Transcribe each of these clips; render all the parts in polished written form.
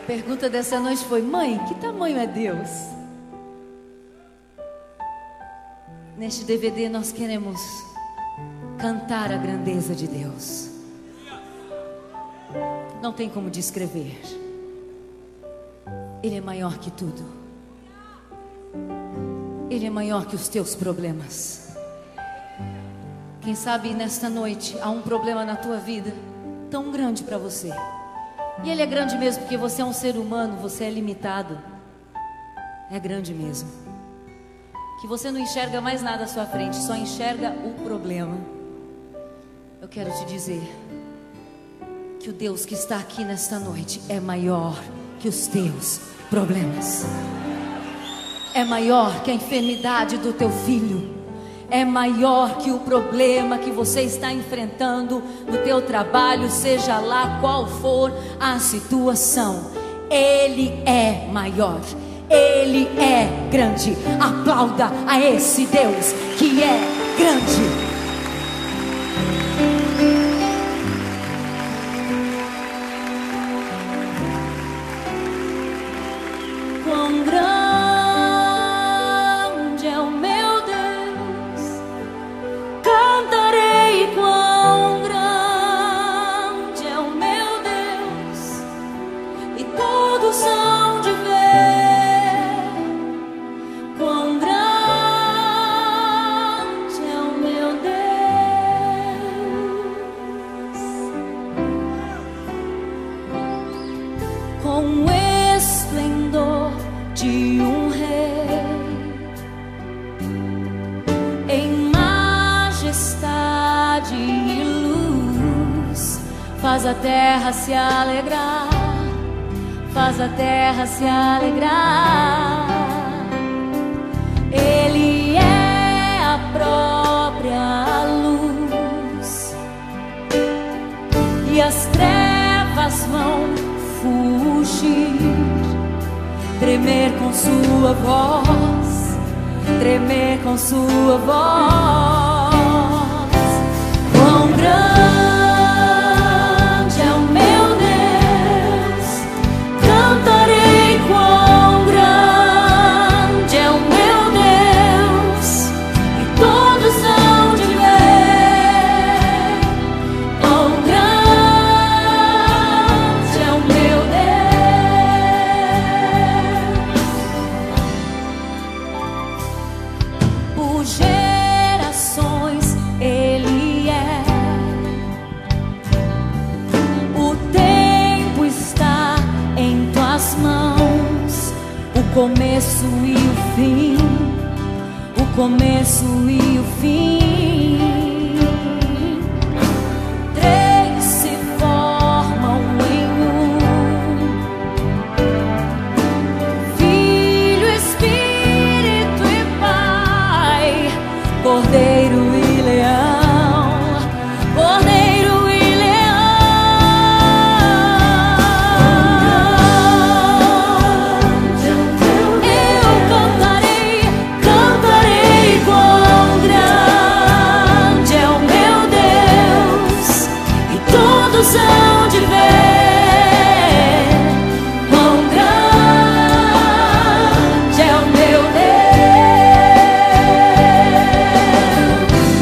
pergunta dessa noite foi: mãe, que tamanho é Deus? Neste DVD nós queremos cantar a grandeza de Deus. Não tem como descrever. Ele é maior que tudo. Ele é maior que os teus problemas. Quem sabe nesta noite há um problema na tua vida tão grande para você. E ele é grande mesmo, porque você é um ser humano, você é limitado. É grande mesmo. Que você não enxerga mais nada à sua frente, só enxerga o problema. Eu quero te dizer que o Deus que está aqui nesta noite é maior que os teus problemas. É maior que a enfermidade do teu filho. É maior que o problema que você está enfrentando no teu trabalho, seja lá qual for a situação. Ele é maior. Ele é grande. Aplauda a esse Deus que é grande. Quão grande é o meu Deus, cantarei. Quão grande é o meu Deus, e todos hão de ver. Quão grande é o meu Deus, com esplendor de um rei, em majestade e luz, faz a terra se alegrar, faz a terra se alegrar. Ele é a própria luz, e as trevas vão fugir, tremer com sua voz, tremer com sua voz. Quão grande é o meu Deus, cantarei. Quão grande é o meu Deus, e todos hão de ver. Quão grande é o meu Deus. Por gerações Ele é. O tempo está em tuas mãos, o começo e o fim, o começo e o fim. Três se formam em um: Filho, Espírito e Pai, Cordeiro e Leão, Cordeiro e Leão. Eu cantarei, cantarei. Quão grande é o meu Deus, e todos hão de ver. Quão grande é o meu Deus.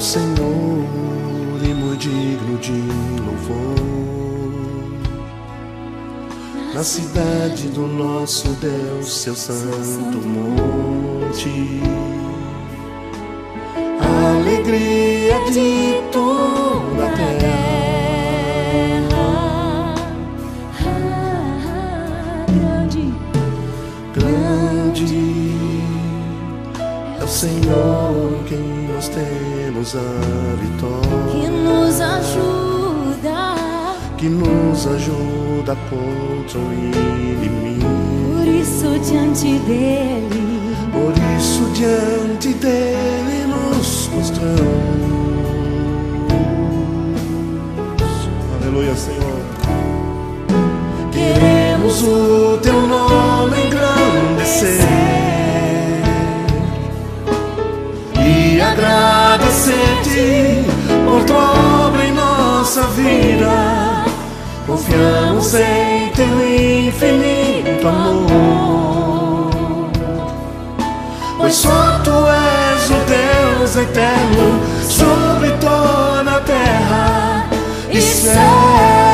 Senhor e muito digno de louvor. Na cidade do nosso Deus, seu santo monte, a alegria de toda a terra. Grande é o Senhor quem nós temos a vitória, que nos ajuda contra o inimigo. Por isso diante dele nos prostramos. Aleluia, Senhor. Queremos o teu nome engrandecer e agradecer-te por tua obra em nossa vida. Confiamos em teu infinito amor, pois só tu és o Deus eterno sobre toda a terra e céu.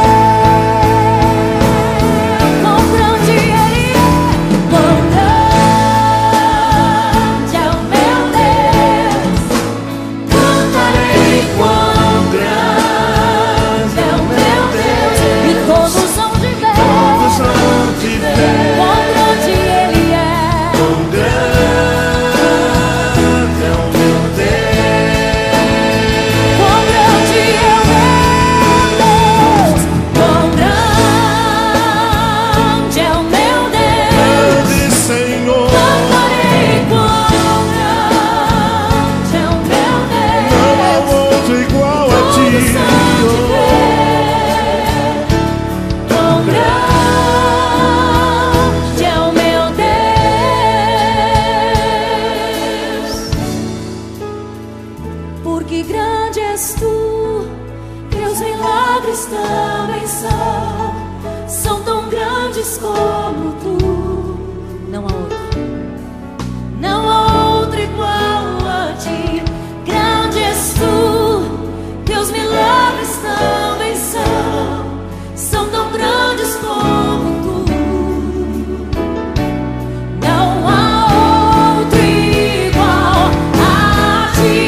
Porque grande és tu, teus milagres também são tão grandes como tu. Não há outro, não há outro igual a ti. Grande és tu, teus milagres também são tão grandes como tu. Não há outro igual a ti.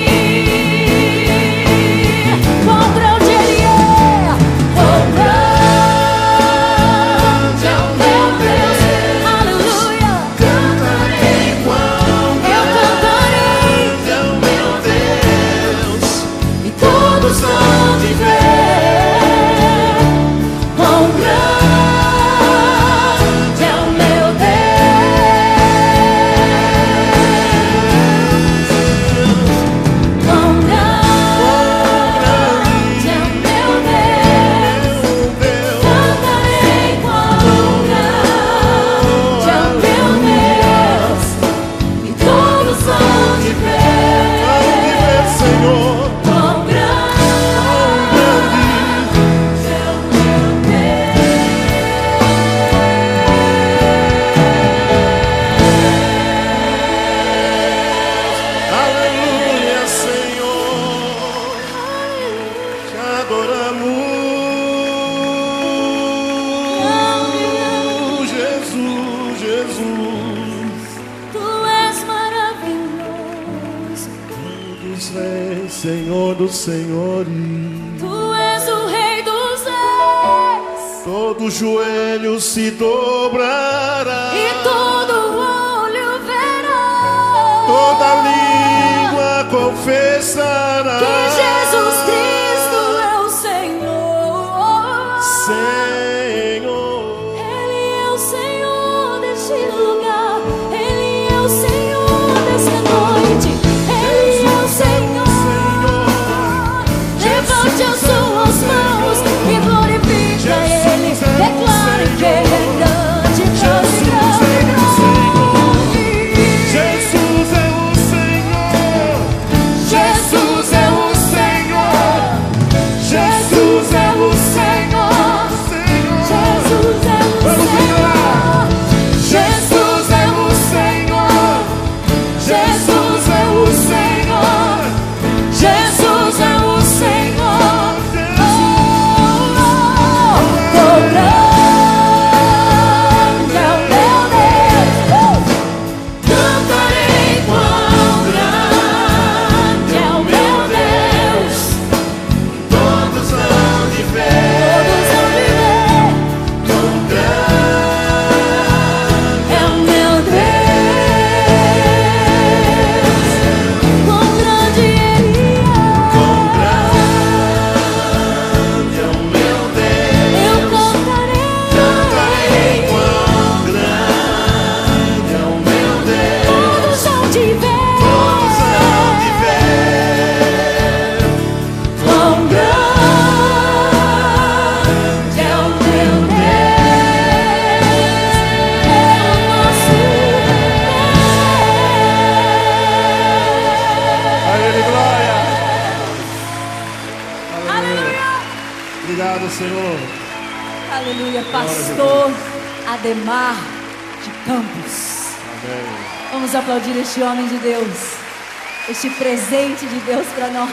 Senhor dos senhores, tu és o Rei dos reis. Todo joelho se dobrará e todo olho verá, toda língua confessará que Jesus Cristo é o Senhor. Senhor, Ele é o Senhor deste lugar, Ele é o Senhor desta noite, Ele é o Senhor. Levante as suas mãos e glorifique a Ele. Declare que Ele é grande, grande, grande. Jesus é o Senhor, Jesus é o Senhor, Jesus é o Senhor, Jesus é o Senhor, Jesus é o Senhor, Jesus é o Senhor, Jesus Obrigado, Senhor. Aleluia, pastor Ademar de Campos. Amém. Vamos aplaudir este homem de Deus, este presente de Deus para nós.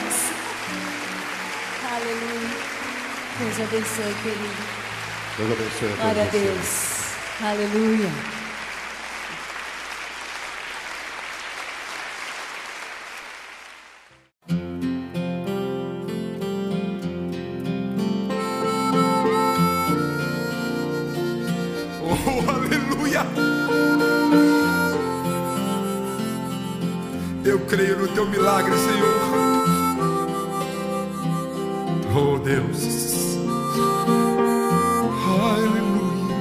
Aleluia. Deus abençoe, querido. Deus abençoe. Glória a Deus. Aleluia. Aleluia! Eu creio no teu milagre, Senhor. Oh Deus, aleluia.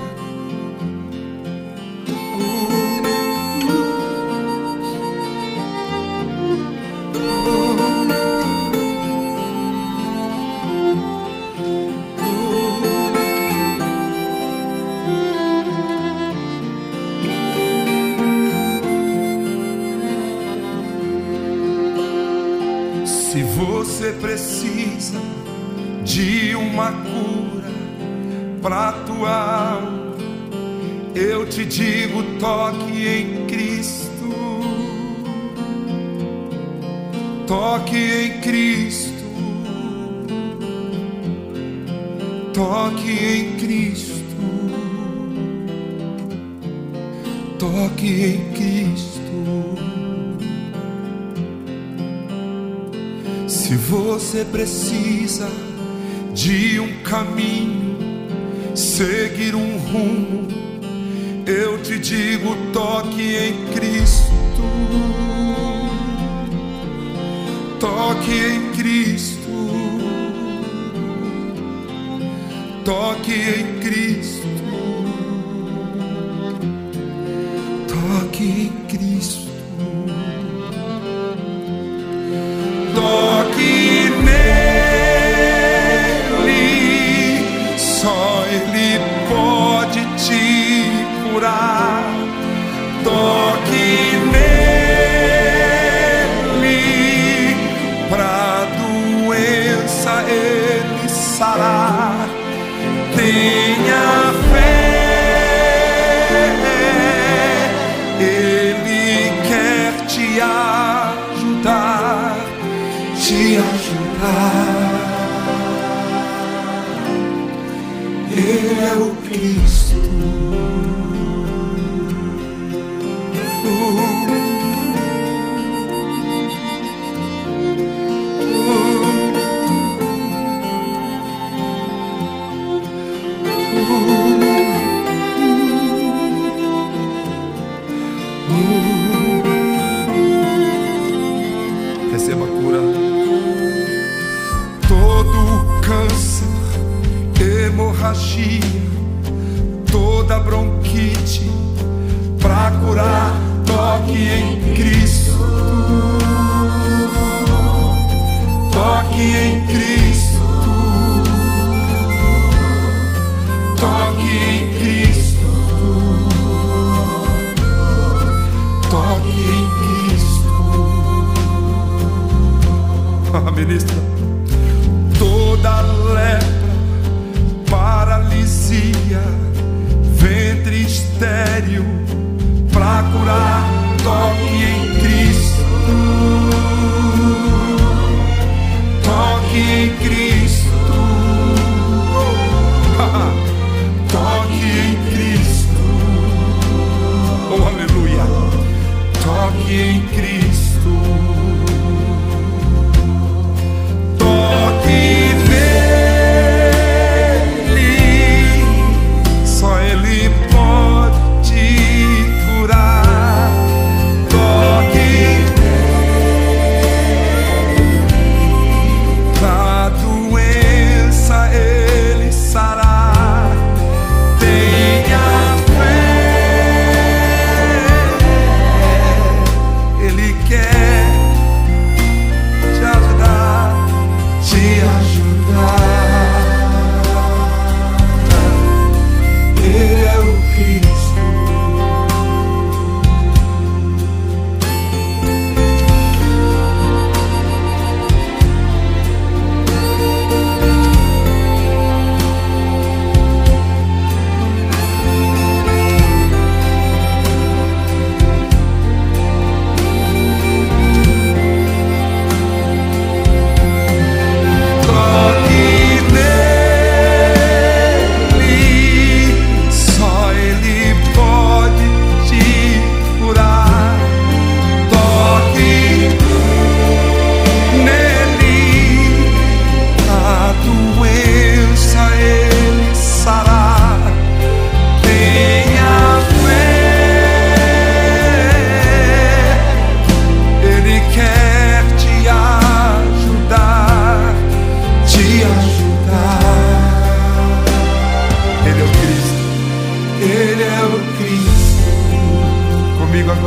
Se você precisa de uma cura para tua alma, eu te digo, toque em Cristo. Toque em Cristo. Toque em Cristo. Toque em Cristo. Se você precisa de um caminho, seguir um rumo, eu te digo, toque em Cristo. Toque em Cristo. Toque em Cristo. Toque em Cristo. Toque nele, só Ele pode te curar. Toque nele, pra doença Ele sarar. Tenha fé, Ele quer te ajudar. Te ajudar. Ele é o Cristo. Receba a cura. Todo câncer, hemorragia, toda bronquite, pra curar, toque em Cristo. Toque em Cristo. Toque em Cristo. Toque em Cristo. Ministra. Toda lepra, paralisia, ventre estéril, pra curar, toque em Cristo. Toque em Cristo. Toque em Cristo. Oh, aleluia. Toque em Cristo. Toque nele, só Ele pode te curar.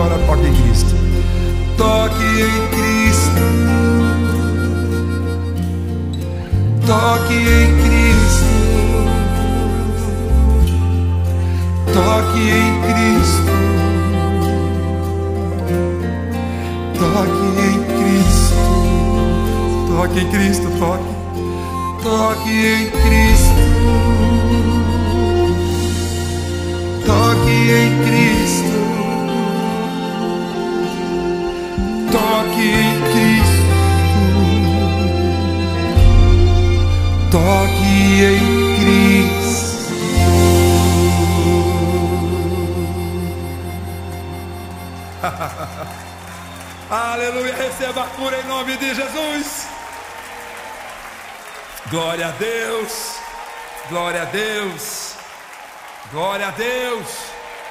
agora toque em Cristo. Toque em Cristo. Toque em Cristo. Toque em Cristo. Toque em Cristo. Toque em Cristo, toque. Toque em Cristo. Toque em Cristo. Toque em Cristo. Toque em Cristo. Aleluia, receba a cura em nome de Jesus. Glória a Deus. Glória a Deus. Glória a Deus.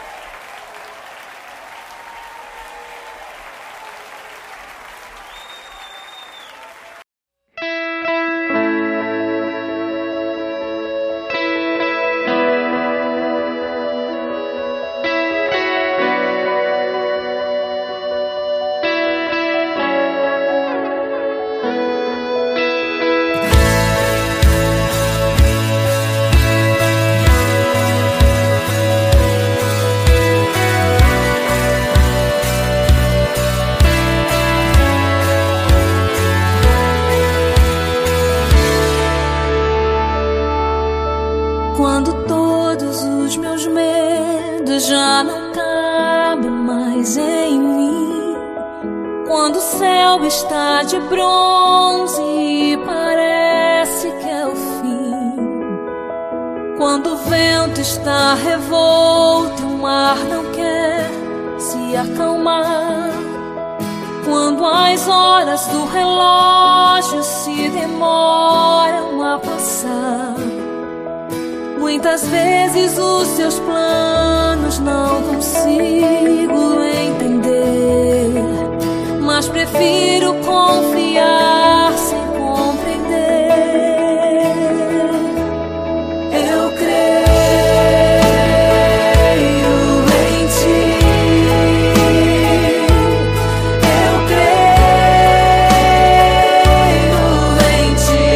Quando todos os meus medos já não cabem mais em mim, quando o céu está de bronze e parece que é o fim, quando o vento está revolto e o mar não quer se acalmar, quando as horas do relógio se demoram a passar, muitas vezes os seus planos não consigo entender, mas prefiro confiar sem compreender. Eu creio em ti. Eu creio em ti.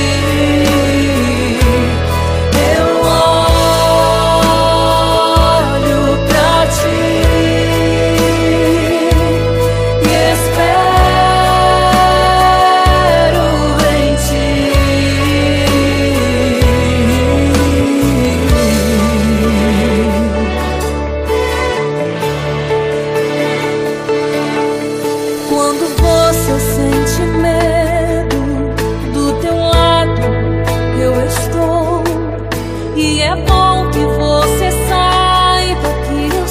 Quando você sente medo, do teu lado eu estou. E é bom que você saiba que eu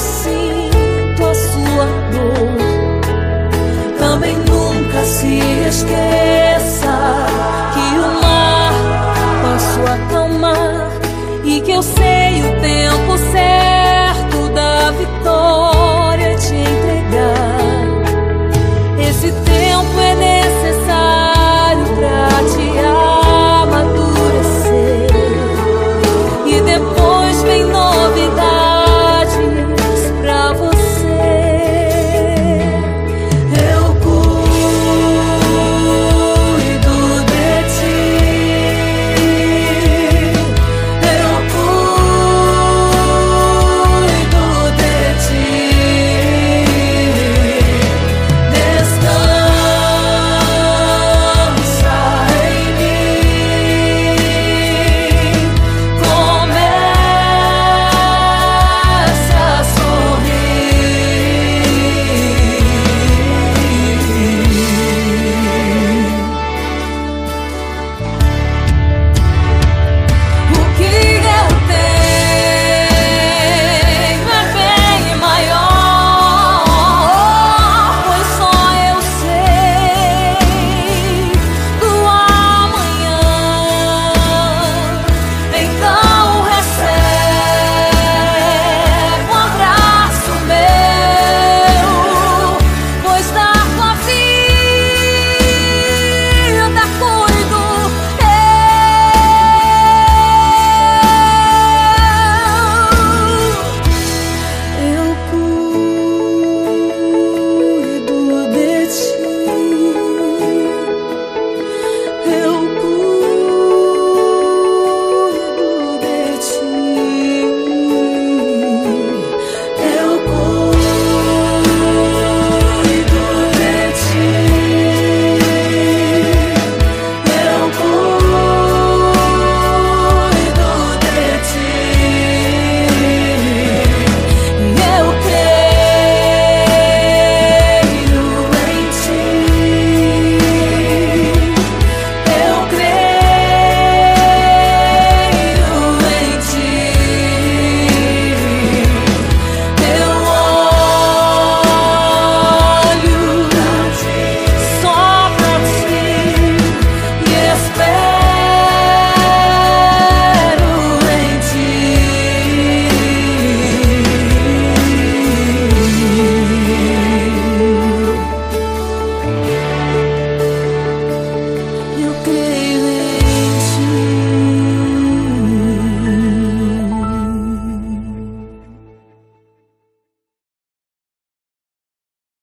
sinto a sua dor. Também nunca se esqueça